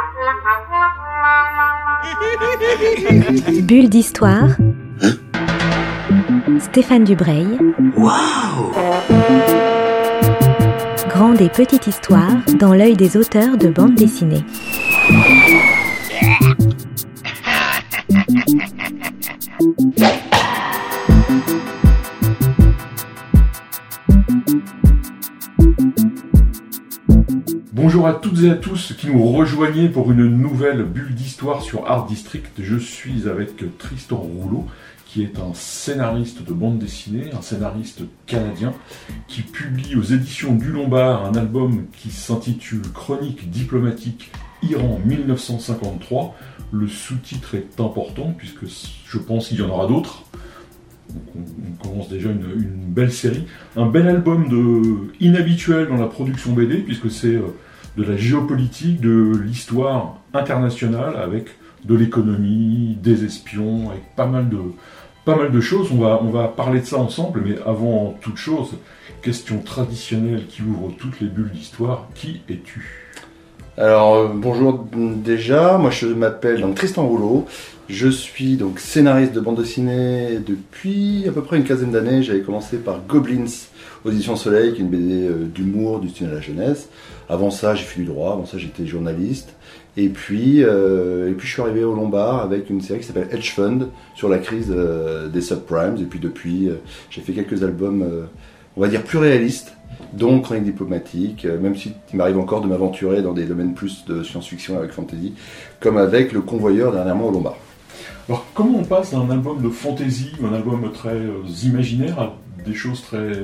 Bulle d'histoire. Stéphane Dubreuil. Waouh! Grande et petite histoire dans l'œil des auteurs de bande dessinée. Bonjour à toutes et à tous qui nous rejoignez pour une nouvelle bulle d'histoire sur Art District. Je suis avec Tristan Rouleau, qui est un scénariste de bande dessinée, un scénariste canadien, qui publie aux éditions du Lombard un album qui s'intitule Chronique diplomatique Iran 1953. Le sous-titre est important puisque je pense qu'il y en aura d'autres. Donc on commence déjà une belle série. Un bel album inhabituel dans la production BD puisque c'est de la géopolitique, de l'histoire internationale avec de l'économie, des espions, avec pas mal de choses. On va parler de ça ensemble, mais avant toute chose, question traditionnelle qui ouvre toutes les bulles d'histoire, qui es-tu ? Alors bonjour déjà, moi je m'appelle donc Tristan Rouleau, je suis donc scénariste de bande dessinée depuis à peu près une quinzaine d'années. J'avais commencé par Goblins aux éditions Soleil, qui est une BD d'humour, destinée à la jeunesse. Avant ça j'ai fait du droit, avant ça j'étais journaliste. Et puis je suis arrivé au Lombard avec une série qui s'appelle Hedge Fund sur la crise des subprimes. Et puis depuis j'ai fait quelques albums on va dire plus réalistes, dont Chronique diplomatique, même s'il m'arrive encore de m'aventurer dans des domaines plus de science-fiction avec fantasy, comme avec Le Convoyeur dernièrement au Lombard. Alors comment on passe d'un album de fantasy, un album très imaginaire, à des choses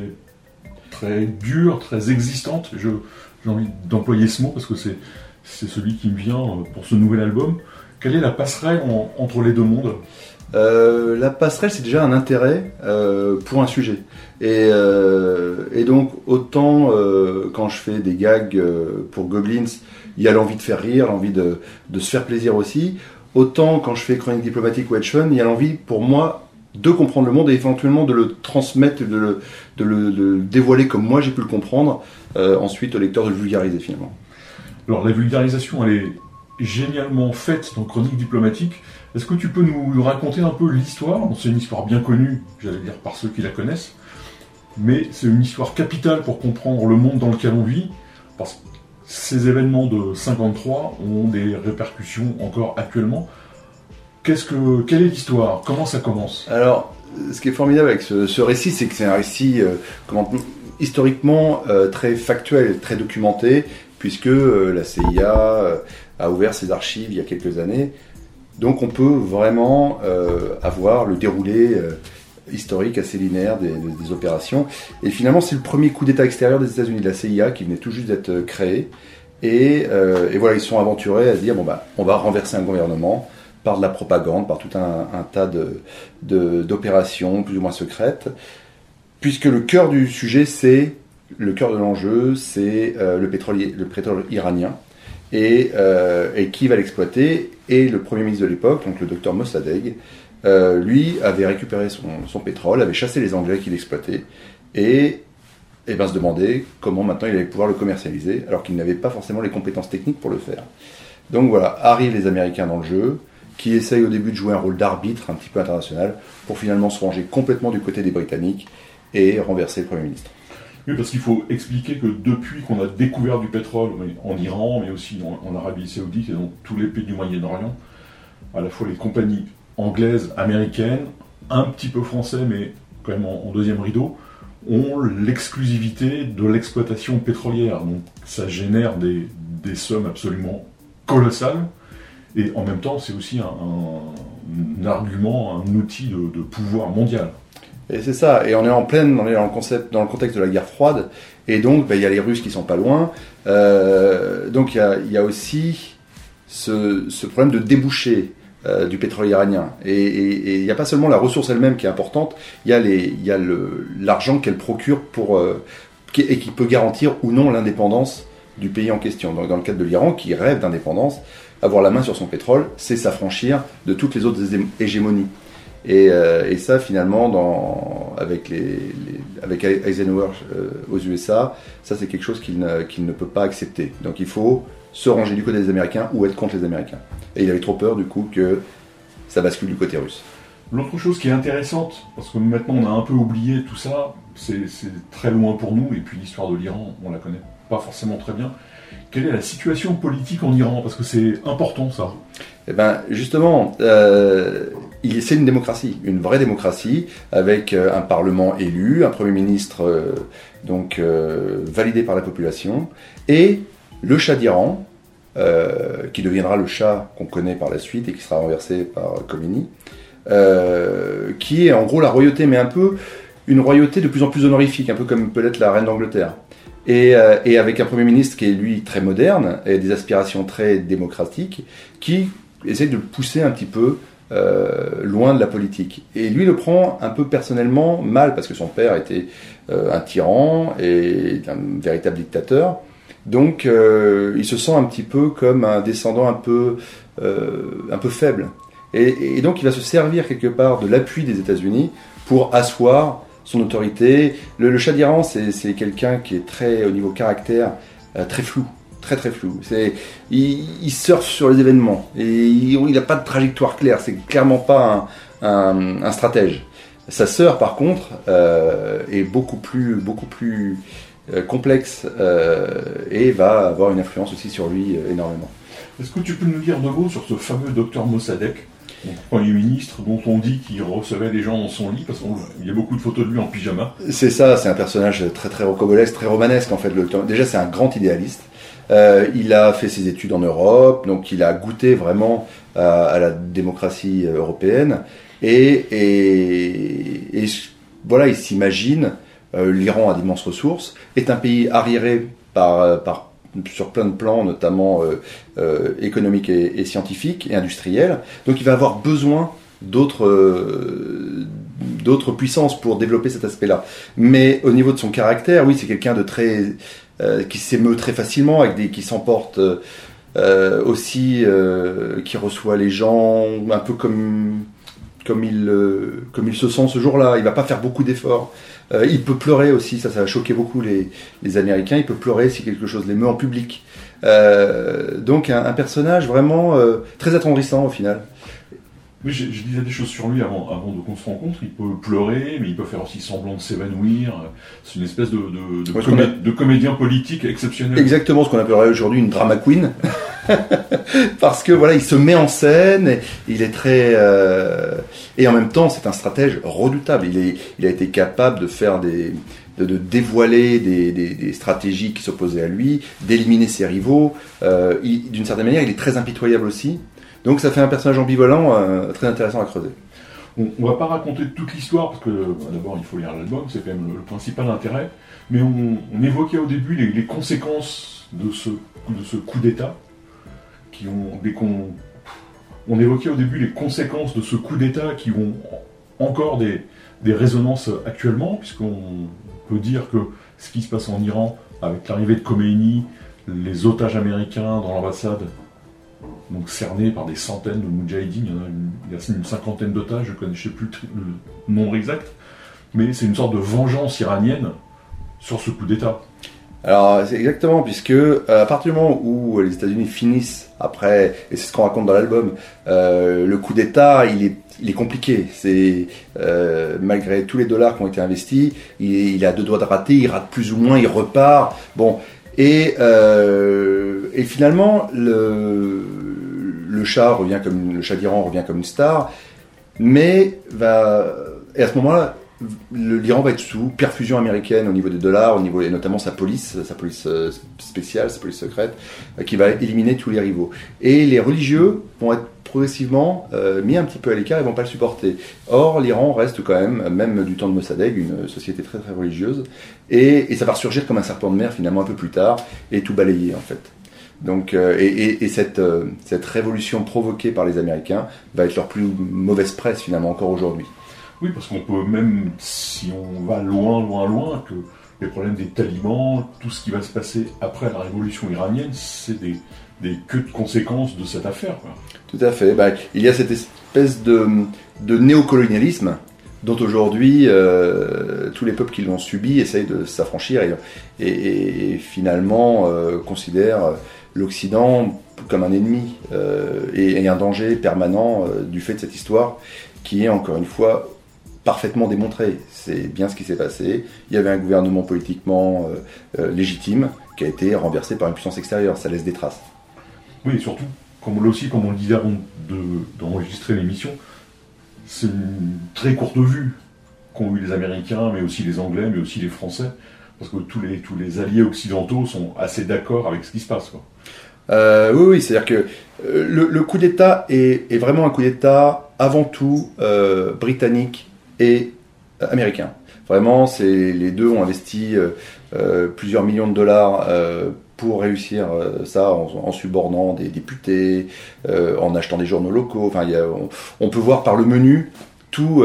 très dures, très existantes? J'ai envie d'employer ce mot parce que c'est celui qui me vient pour ce nouvel album. Quelle est la passerelle entre les deux mondes ? La passerelle, c'est déjà un intérêt pour un sujet. Et donc, autant quand je fais des gags pour Goblins, il y a l'envie de faire rire, l'envie de se faire plaisir aussi. Autant quand je fais Chronique diplomatique ou Hedge Fund, il y a l'envie pour moi de comprendre le monde et éventuellement de le transmettre, de le dévoiler comme moi j'ai pu le comprendre, ensuite au lecteur de le vulgariser finalement. Alors la vulgarisation, elle est génialement faite dans Chronique diplomatique. Est-ce que tu peux nous raconter un peu l'histoire ? Bon, c'est une histoire bien connue, j'allais dire par ceux qui la connaissent, mais c'est une histoire capitale pour comprendre le monde dans lequel on vit, parce que ces événements de 53 ont des répercussions encore actuellement. Quelle est l'histoire ? Comment ça commence ? Alors, ce qui est formidable avec ce récit, c'est que c'est un récit historiquement très factuel, très documenté, puisque la CIA a ouvert ses archives il y a quelques années. Donc on peut vraiment avoir le déroulé historique assez linéaire des opérations. Et finalement, c'est le premier coup d'État extérieur des États-Unis, de la CIA, qui venait tout juste d'être créé. Et voilà, ils se sont aventurés à se dire, on va renverser un gouvernement par de la propagande, par tout un tas d'opérations plus ou moins secrètes, puisque le cœur du sujet, le cœur de l'enjeu, c'est le pétrole iranien. Et qui va l'exploiter. Et le premier ministre de l'époque, donc le docteur Mossadegh, lui avait récupéré son pétrole, avait chassé les Anglais qui l'exploitaient, et se demandait comment maintenant il allait pouvoir le commercialiser, alors qu'il n'avait pas forcément les compétences techniques pour le faire. Donc voilà, arrivent les Américains dans le jeu, qui essayent au début de jouer un rôle d'arbitre un petit peu international, pour finalement se ranger complètement du côté des Britanniques et renverser le Premier ministre. Oui, parce qu'il faut expliquer que depuis qu'on a découvert du pétrole en Iran, mais aussi en Arabie Saoudite et dans tous les pays du Moyen-Orient, à la fois les compagnies anglaises, américaines, un petit peu français, mais quand même en deuxième rideau, ont l'exclusivité de l'exploitation pétrolière. Donc ça génère des sommes absolument colossales, et en même temps c'est aussi un argument, un outil de pouvoir mondial. Et c'est ça, et on est dans le contexte de la guerre froide, et donc il y a les Russes qui sont pas loin, donc il y a aussi ce problème de débouché du pétrole iranien, et il n'y a pas seulement la ressource elle-même qui est importante, il y a l'argent qu'elle procure et qui peut garantir ou non l'indépendance du pays en question. Donc dans le cadre de l'Iran, qui rêve d'indépendance, avoir la main sur son pétrole, c'est s'affranchir de toutes les autres hégémonies. Et ça, finalement, avec Eisenhower aux USA, ça c'est quelque chose qu'il ne peut pas accepter. Donc il faut se ranger du côté des Américains ou être contre les Américains. Et il avait trop peur du coup que ça bascule du côté russe. L'autre chose qui est intéressante, parce que maintenant on a un peu oublié tout ça, c'est très loin pour nous, et puis l'histoire de l'Iran, on la connaît pas forcément très bien. Quelle est la situation politique en Iran? Parce que c'est important ça. Eh ben, justement, c'est une démocratie, une vraie démocratie, avec un parlement élu, un premier ministre validé par la population, et le Shah d'Iran, qui deviendra le Shah qu'on connaît par la suite et qui sera renversé par Khomeini, qui est en gros la royauté, mais un peu une royauté de plus en plus honorifique, un peu comme peut l'être la reine d'Angleterre. Et avec un Premier ministre qui est lui très moderne et des aspirations très démocratiques, qui essaie de le pousser un petit peu loin de la politique. Et lui le prend un peu personnellement mal, parce que son père était un tyran et un véritable dictateur. Donc il se sent un petit peu comme un descendant un peu faible. Et donc il va se servir quelque part de l'appui des États-Unis pour asseoir son autorité. Le Shah d'Iran, c'est quelqu'un qui est très, au niveau caractère, très flou, très flou. Il surfe sur les événements et il n'a pas de trajectoire claire. C'est clairement pas un stratège. Sa sœur, par contre, est beaucoup plus complexe et va avoir une influence aussi sur lui énormément. Est-ce que tu peux nous dire deux mots sur ce fameux docteur Mossadegh, Premier ministre, dont on dit qu'il recevait les gens dans son lit, parce qu'il y a beaucoup de photos de lui en pyjama? C'est ça, c'est un personnage très rocambolesque, très romanesque en fait. Déjà, c'est un grand idéaliste. Il a fait ses études en Europe, donc il a goûté vraiment à la démocratie européenne. Et voilà, il s'imagine, l'Iran a d'immenses ressources, est un pays arriéré sur plein de plans, notamment économiques et scientifiques et industriels. Donc il va avoir besoin d'autres puissances pour développer cet aspect-là. Mais au niveau de son caractère, oui, c'est quelqu'un de très qui s'émeut très facilement, qui s'emporte aussi, qui reçoit les gens un peu comme il se sent ce jour-là. Il va pas faire beaucoup d'efforts. Il peut pleurer aussi, ça va choquer beaucoup les Américains. Il peut pleurer si quelque chose l'émeut en public. Donc un personnage vraiment très attendrissant au final. Oui, je disais des choses sur lui avant qu'on se rencontre. Il peut pleurer, mais il peut faire aussi semblant de s'évanouir. C'est une espèce de comédien politique exceptionnel. Exactement, ce qu'on appellerait aujourd'hui une drama queen. Parce que voilà, il se met en scène, il est très... Et en même temps, c'est un stratège redoutable. Il a été capable de faire de dévoiler des stratégies qui s'opposaient à lui, d'éliminer ses rivaux. D'une certaine manière, il est très impitoyable aussi. Donc ça fait un personnage ambivalent très intéressant à creuser. On va pas raconter toute l'histoire, parce que d'abord il faut lire l'album, c'est quand même le principal intérêt, mais on évoquait au début les conséquences de ce coup d'État, on évoquait au début les conséquences de ce coup d'État qui ont encore des résonances actuellement, puisqu'on peut dire que ce qui se passe en Iran, avec l'arrivée de Khomeini, les otages américains dans l'ambassade, donc cernés par des centaines de moudjahidines, il y a une cinquantaine d'otages, je ne sais plus le nombre exact, mais c'est une sorte de vengeance iranienne sur ce coup d'État. Alors c'est exactement, puisque à partir du moment où les États-Unis finissent après, et c'est ce qu'on raconte dans l'album, le coup d'État, il est compliqué. C'est malgré tous les dollars qui ont été investis, il a deux doigts de rater, il rate plus ou moins, il repart. Bon, et finalement le Shah d'Iran revient comme une star, et à ce moment-là, l'Iran va être sous perfusion américaine au niveau des dollars, et notamment sa police spéciale, sa police secrète, qui va éliminer tous les rivaux. Et les religieux vont être progressivement mis un petit peu à l'écart et vont pas le supporter. Or, l'Iran reste quand même du temps de Mossadegh, une société très très religieuse, et ça va ressurgir comme un serpent de mer finalement un peu plus tard, et tout balayer en fait. Donc, cette révolution provoquée par les Américains va être leur plus mauvaise presse finalement encore aujourd'hui. Oui, parce qu'on peut même, si on va loin, que les problèmes des talibans, tout ce qui va se passer après la révolution iranienne, c'est des queues de conséquences de cette affaire, quoi. Tout à fait. Il y a cette espèce de néocolonialisme dont aujourd'hui tous les peuples qui l'ont subi essayent de s'affranchir et finalement considèrent l'Occident comme un ennemi et un danger permanent du fait de cette histoire qui est encore une fois parfaitement démontrée. C'est bien ce qui s'est passé. Il y avait un gouvernement politiquement légitime qui a été renversé par une puissance extérieure. Ça laisse des traces. Oui, et surtout, comme on le disait avant d'enregistrer l'émission, c'est une très courte vue qu'ont eu les Américains, mais aussi les Anglais, mais aussi les Français, parce que tous les alliés occidentaux sont assez d'accord avec ce qui se passe, quoi. Oui, c'est-à-dire que le coup d'État est vraiment un coup d'État avant tout britannique et américain. Vraiment, les deux ont investi plusieurs millions de dollars pour réussir ça en subornant des députés, en achetant des journaux locaux. Enfin, on peut voir par le menu tous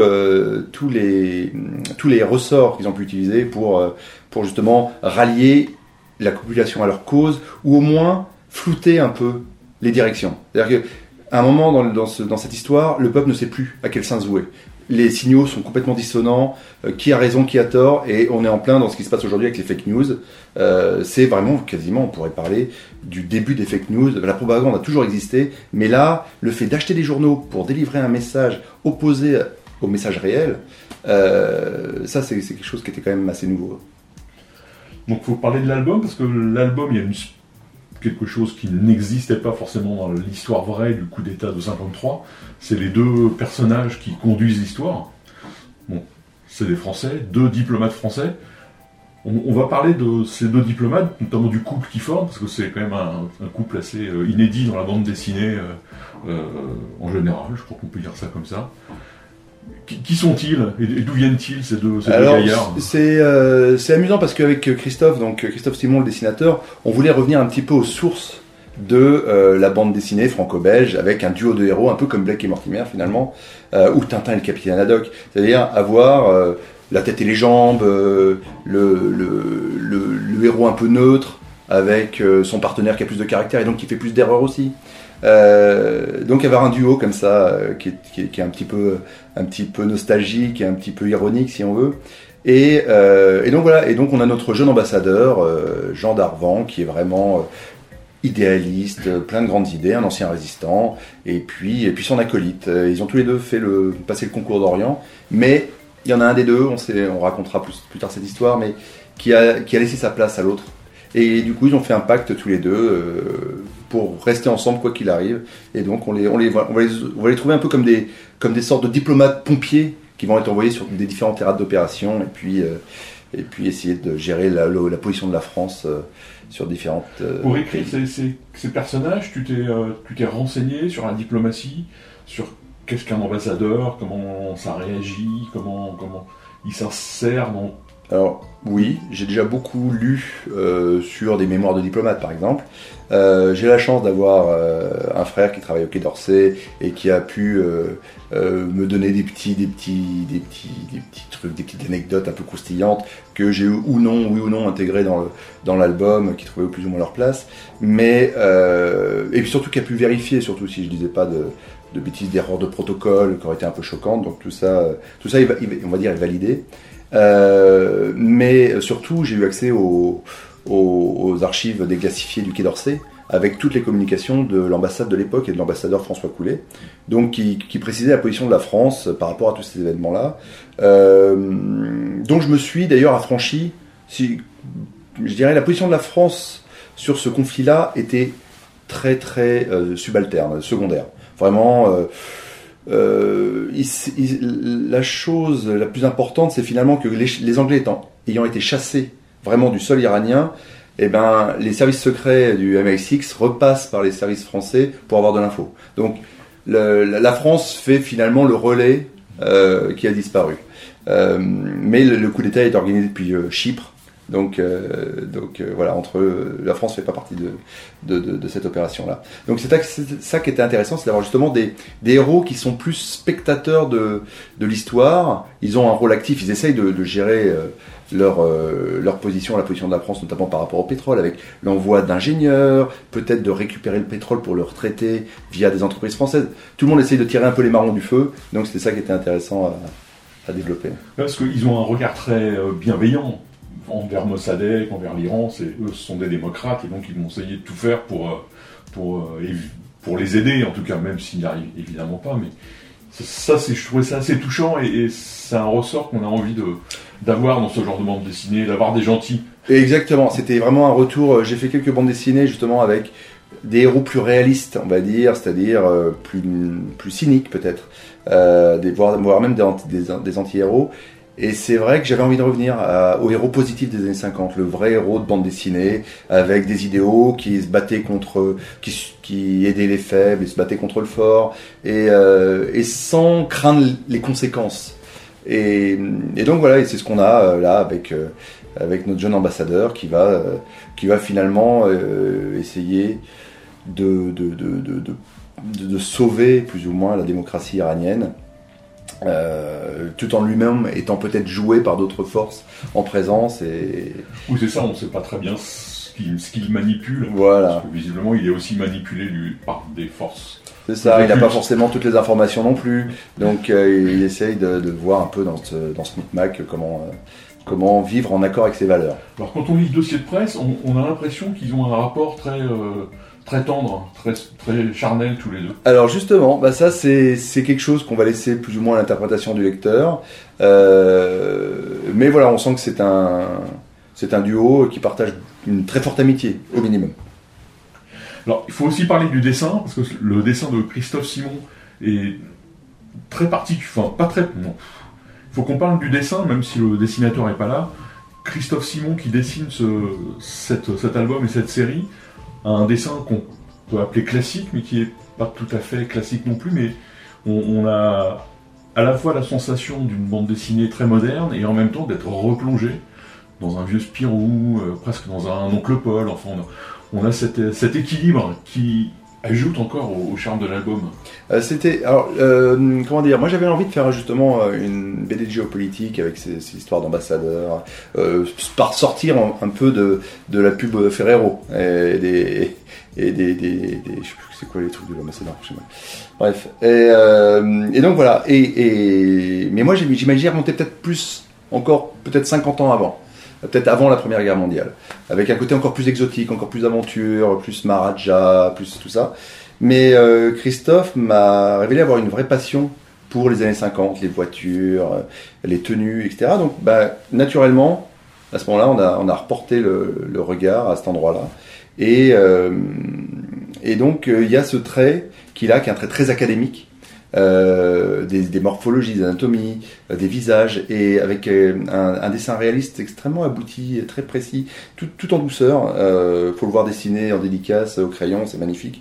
les ressorts qu'ils ont pu utiliser pour justement rallier la population à leur cause, ou au moins flouter un peu les directions. C'est-à-dire qu'à un moment dans cette histoire, le peuple ne sait plus à quel sein se vouer. Les signaux sont complètement dissonants, qui a raison, qui a tort, et on est en plein dans ce qui se passe aujourd'hui avec les fake news. C'est vraiment, quasiment, on pourrait parler du début des fake news. La propagande a toujours existé, mais là, le fait d'acheter des journaux pour délivrer un message opposé au message réel, ça c'est quelque chose qui était quand même assez nouveau. Donc il faut parler de l'album, parce que l'album, il y a quelque chose qui n'existait pas forcément dans l'histoire vraie du coup d'État de 53, c'est les deux personnages qui conduisent l'histoire. Bon, c'est des Français, deux diplomates français. On va parler de ces deux diplomates, notamment du couple qui forment, parce que c'est quand même un couple assez inédit dans la bande dessinée en général, je crois qu'on peut dire ça comme ça. Qui sont-ils et d'où viennent-ils ces deux gaillards ? C'est amusant parce qu'avec Christophe Simon, le dessinateur, on voulait revenir un petit peu aux sources de la bande dessinée franco-belge avec un duo de héros un peu comme Blake et Mortimer finalement, ou Tintin et le capitaine Haddock, c'est-à-dire avoir la tête et les jambes, le héros un peu neutre avec son partenaire qui a plus de caractère et donc qui fait plus d'erreurs aussi. Donc avoir un duo comme ça qui est un petit peu nostalgique et un petit peu ironique si on veut, et donc voilà, et donc on a notre jeune ambassadeur Jean Darvan qui est vraiment idéaliste, plein de grandes idées, un ancien résistant, et puis son acolyte. Ils ont tous les deux passé le concours d'Orient, mais il y en a un des deux, on racontera plus tard cette histoire, mais qui a laissé sa place à l'autre. Et du coup, ils ont fait un pacte tous les deux pour rester ensemble quoi qu'il arrive. Et donc, on va les trouver un peu comme des sortes de diplomates pompiers qui vont être envoyés sur des différents théâtres d'opération et puis essayer de gérer la position de la France sur différentes. Pour écrire ces personnages, tu t'es renseigné sur la diplomatie, sur qu'est-ce qu'un ambassadeur, comment ça réagit, comment il s'insère dans. Alors oui, j'ai déjà beaucoup lu sur des mémoires de diplomates par exemple. J'ai la chance d'avoir un frère qui travaille au Quai d'Orsay et qui a pu me donner des petits trucs, des petites anecdotes un peu croustillantes que j'ai oui ou non intégrées dans l'album, qui trouvaient plus ou moins leur place. Mais et puis surtout qui a pu vérifier, surtout si je disais pas de bêtises, d'erreurs de protocole qui auraient été un peu choquantes. Donc tout ça on va dire est validé. Mais surtout, j'ai eu accès aux archives déclassifiées du Quai d'Orsay, avec toutes les communications de l'ambassade de l'époque et de l'ambassadeur François Coulet, donc qui précisait la position de la France par rapport à tous ces événements-là. Donc je me suis d'ailleurs affranchi, je dirais la position de la France sur ce conflit-là était très très subalterne, secondaire. Vraiment... la chose la plus importante, c'est finalement que les Anglais ayant été chassés vraiment du sol iranien, eh ben, les services secrets du MI6 repassent par les services français pour avoir de l'info. Donc la France fait finalement le relais qui a disparu. Mais le coup d'État est organisé depuis Chypre. Donc voilà, la France fait pas partie de cette opération-là. Donc c'est ça qui était intéressant, c'est d'avoir justement des héros qui sont plus spectateurs de l'histoire. Ils ont un rôle actif, ils essayent de gérer leur position, la position de la France, notamment par rapport au pétrole, avec l'envoi d'ingénieurs, peut-être de récupérer le pétrole pour le retraiter via des entreprises françaises. Tout le monde essaye de tirer un peu les marrons du feu, donc c'était ça qui était intéressant à développer. Parce qu'ils ont un regard très bienveillant envers Mossadegh, envers l'Iran, eux ce sont des démocrates et donc ils vont essayer de tout faire pour les aider en tout cas, même s'ils n'y arrivent évidemment pas. Mais je trouvais ça assez touchant et c'est un ressort qu'on a envie d'avoir dans ce genre de bande dessinée, d'avoir des gentils. Exactement, c'était vraiment un retour. J'ai fait quelques bandes dessinées justement avec des héros plus réalistes, on va dire, c'est-à-dire plus cyniques peut-être, voire même des anti-héros. Et c'est vrai que j'avais envie de revenir au héros positif des années 50, le vrai héros de bande dessinée, avec des idéaux qui se battaient qui aidaient les faibles, et se battaient contre le fort, et sans craindre les conséquences. Et donc voilà, et c'est ce qu'on a là avec notre jeune ambassadeur qui va finalement essayer de sauver plus ou moins la démocratie iranienne. Tout en lui-même étant peut-être joué par d'autres forces en présence. Oui, c'est ça, on ne sait pas très bien ce qu'il manipule. Voilà. Parce que visiblement, il est aussi manipulé par des forces. C'est ça, il n'a pas forcément toutes les informations non plus. Donc il essaye de voir un peu dans ce micmac comment vivre en accord avec ses valeurs. Alors quand on lit le dossier de presse, on a l'impression qu'ils ont un rapport très tendre, très charnel tous les deux. Alors justement, ça c'est quelque chose qu'on va laisser plus ou moins à l'interprétation du lecteur. Mais voilà, on sent que c'est un duo qui partage une très forte amitié, au minimum. Alors il faut aussi parler du dessin, parce que le dessin de Christophe Simon est très particulier, enfin pas très... Non. Il faut qu'on parle du dessin, même si le dessinateur n'est pas là. Christophe Simon qui dessine cet album et cette série, un dessin qu'on peut appeler classique, mais qui n'est pas tout à fait classique non plus, mais on a à la fois la sensation d'une bande dessinée très moderne, et en même temps d'être replongé dans un vieux Spirou, presque dans un Oncle Paul. Enfin, on a cet équilibre qui ajoute encore au charme de l'album. Comment dire, moi j'avais envie de faire justement une BD de géopolitique avec ces histoires d'ambassadeurs, par sortir un peu de la pub Ferrero et des je sais plus c'est quoi les trucs de l'ambassadeur, je sais pas. Bref, et donc voilà, mais moi j'imaginais remonter peut-être 50 ans avant. Peut-être avant la Première Guerre mondiale, avec un côté encore plus exotique, encore plus aventure, plus Maharaja, plus tout ça. Mais Christophe m'a révélé avoir une vraie passion pour les années 50, les voitures, les tenues, etc. Donc naturellement, à ce moment-là, on a reporté le regard à cet endroit-là. Et donc il y a ce trait qu'il a, qui est un trait très académique, des morphologies, des anatomies, des visages, et avec un dessin réaliste extrêmement abouti, très précis, tout en douceur. Faut le voir dessiner en dédicace au crayon, c'est magnifique.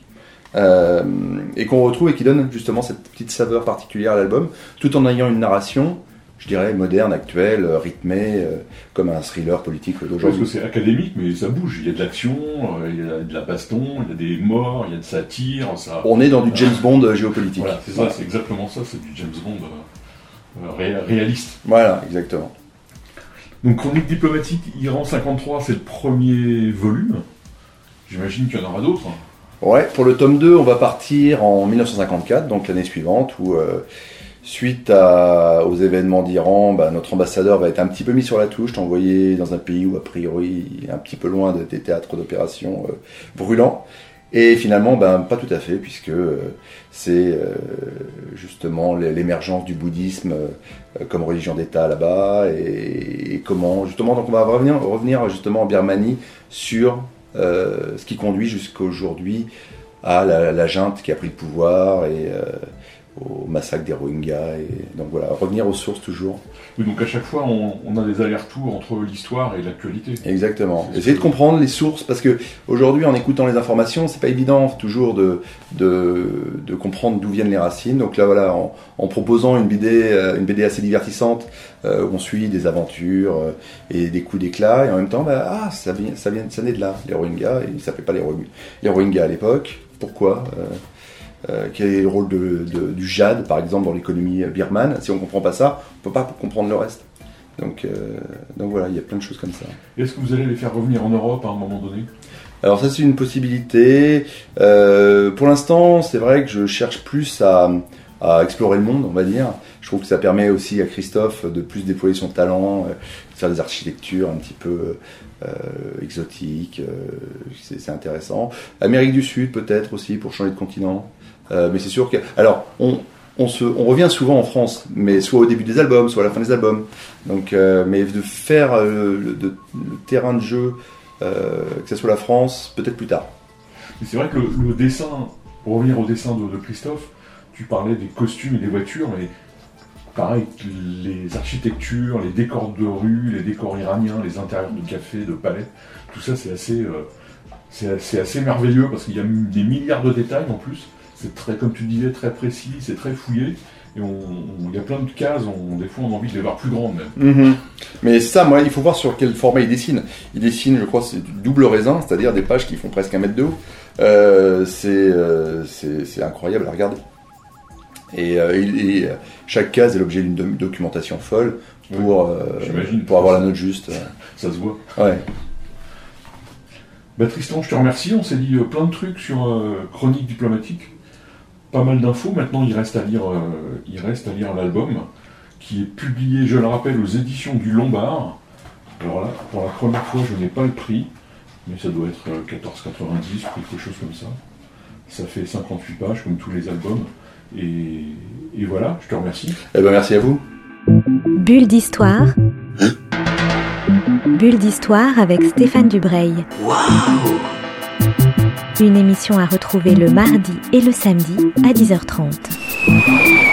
Et qu'on retrouve et qui donne justement cette petite saveur particulière à l'album, tout en ayant une narration, je dirais, moderne, actuelle, rythmée, comme un thriller politique d'aujourd'hui. Parce que c'est académique, mais ça bouge. Il y a de l'action, il y a de la baston, il y a des morts, il y a de satire. On est dans du James Bond géopolitique. Voilà, c'est ça, c'est exactement ça, c'est du James Bond réaliste. Voilà, exactement. Donc, Chronique diplomatique, Iran 53, c'est le premier volume. J'imagine qu'il y en aura d'autres. Ouais, pour le tome 2, on va partir en 1954, donc l'année suivante, où... Suite aux événements d'Iran, notre ambassadeur va être un petit peu mis sur la touche, envoyé dans un pays où a priori il est un petit peu loin des théâtres d'opération brûlants. Et finalement, pas tout à fait, puisque c'est justement l'émergence du bouddhisme comme religion d'État là-bas, et comment justement. Donc on va revenir justement en Birmanie sur ce qui conduit jusqu'aujourd'hui à la junte qui a pris le pouvoir et au massacre des Rohingyas, et donc voilà, revenir aux sources toujours. Oui, donc à chaque fois on a des allers-retours entre l'histoire et l'actualité. Exactement. Essayer de comprendre les sources, parce que aujourd'hui, en écoutant les informations, c'est pas évident toujours de comprendre d'où viennent les racines. Donc là voilà, en proposant une BD assez divertissante, où on suit des aventures et des coups d'éclat, et en même temps, ça naît de là, les Rohingyas, et ils s'appelaient pas les Rohingyas à l'époque. Pourquoi quel est le rôle du jade, par exemple, dans l'économie birmane? Si on ne comprend pas ça, on ne peut pas comprendre le reste. Donc voilà, il y a plein de choses comme ça. Est-ce que vous allez les faire revenir en Europe à un moment donné? Alors ça, c'est une possibilité. Pour l'instant, c'est vrai que je cherche plus à à explorer le monde, on va dire. Je trouve que ça permet aussi à Christophe de plus déployer son talent, de faire des architectures un petit peu exotiques. C'est intéressant. Amérique du Sud peut-être aussi pour changer de continent. Mais c'est sûr que... Alors, on revient souvent en France, mais soit au début des albums, soit à la fin des albums. Donc, mais de faire le terrain de jeu, que ce soit la France, peut-être plus tard. Et c'est vrai que le dessin, pour revenir au dessin de Christophe, tu parlais des costumes et des voitures, mais pareil, les architectures, les décors de rue, les décors iraniens, les intérieurs de café, de palais, tout ça c'est assez merveilleux parce qu'il y a des milliards de détails en plus. C'est très, comme tu disais, très précis, c'est très fouillé. Et il y a plein de cases, des fois on a envie de les voir plus grandes même. Mais ça, moi, il faut voir sur quel format il dessine. Il dessine, je crois, c'est du double raisin, c'est-à-dire des pages qui font presque 1 mètre de haut. C'est incroyable à regarder. Et chaque case est l'objet d'une documentation folle pour avoir la note juste. Ça se voit. Ouais. Tristan, je te remercie. On s'est dit plein de trucs sur Chronique diplomatique. Pas mal d'infos. Maintenant, il reste à lire l'album qui est publié, je le rappelle, aux éditions du Lombard. Alors là, pour la première fois, je n'ai pas le prix, mais ça doit être 14,90 ou quelque chose comme ça. Ça fait 58 pages, comme tous les albums. Et voilà, je te remercie. Merci à vous. Bulle d'histoire. Bulle d'histoire avec Stéphane Dubreuil. Waouh! Une émission à retrouver le mardi et le samedi à 10h30.